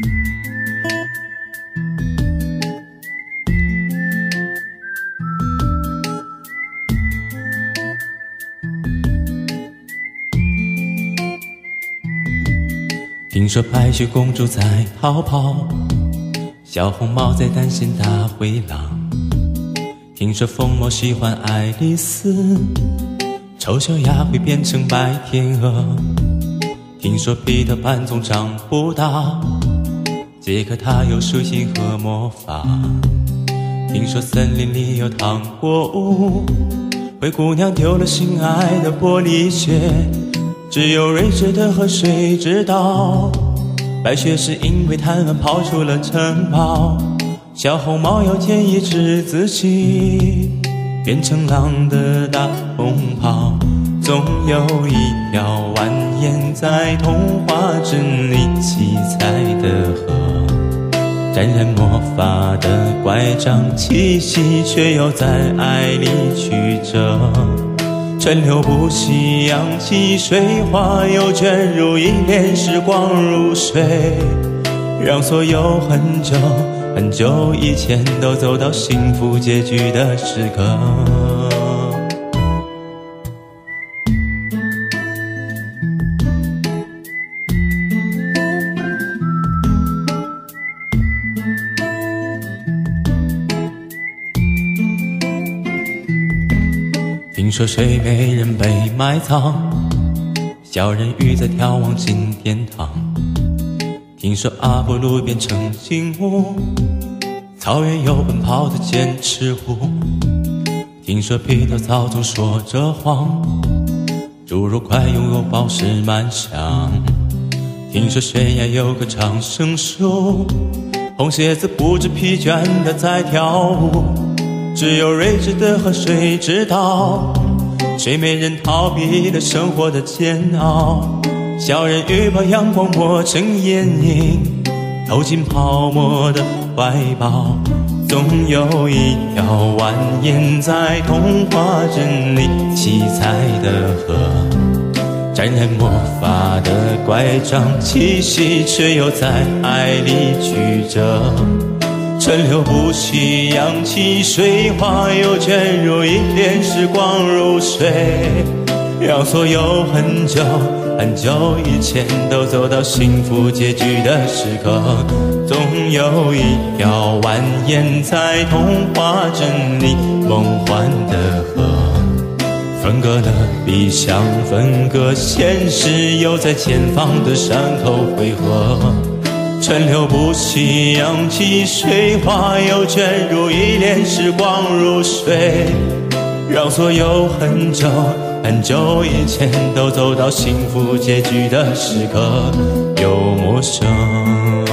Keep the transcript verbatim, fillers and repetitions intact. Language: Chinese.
听说白雪公主在逃跑，小红帽在担心大灰狼。听说疯魔喜欢爱丽丝，丑小鸭会变成白天鹅。听说彼得潘总长不大，杰克他有水星和魔法。听说森林里有糖果屋，灰姑娘丢了心爱的玻璃鞋，只有睿智的河水知道，白雪是因为贪玩跑出了城堡。小红帽要建议治自己，变成狼的大红袍。总有一条蜿蜒在童话镇里七彩的河，沾染魔法的乖张气息，却又在爱里曲折。川流不息，扬起水花，又卷入一帘时光如水，让所有很久很久以前都走到幸福结局的时刻。听说睡美人被埋葬，小人鱼在眺望金殿堂。听说阿波罗变成精武，草原有奔跑的剑齿虎。听说披头草总说着谎，侏儒快拥有宝石满箱。听说悬崖有棵长生树，红鞋子不知疲倦地在跳舞，只有睿智的河水知道，睡美人逃避了生活的煎熬。小人鱼把阳光磨成眼影，投进泡沫的怀抱。总有一条蜿蜒在童话镇里七彩的河，沾染魔法的乖张气息，却又在爱里曲折。川流不息，扬起水花，又卷入一帘时光如水，让所有很久很久以前都走到幸福结局的时刻。总有一条蜿蜒在童话镇里梦幻的河，分割了理想，分割现实，又在前方的山口汇合。川流不息，扬起水花，又卷入一帘时光如水，让所有很久很久以前都走到幸福结局的时刻，又陌生。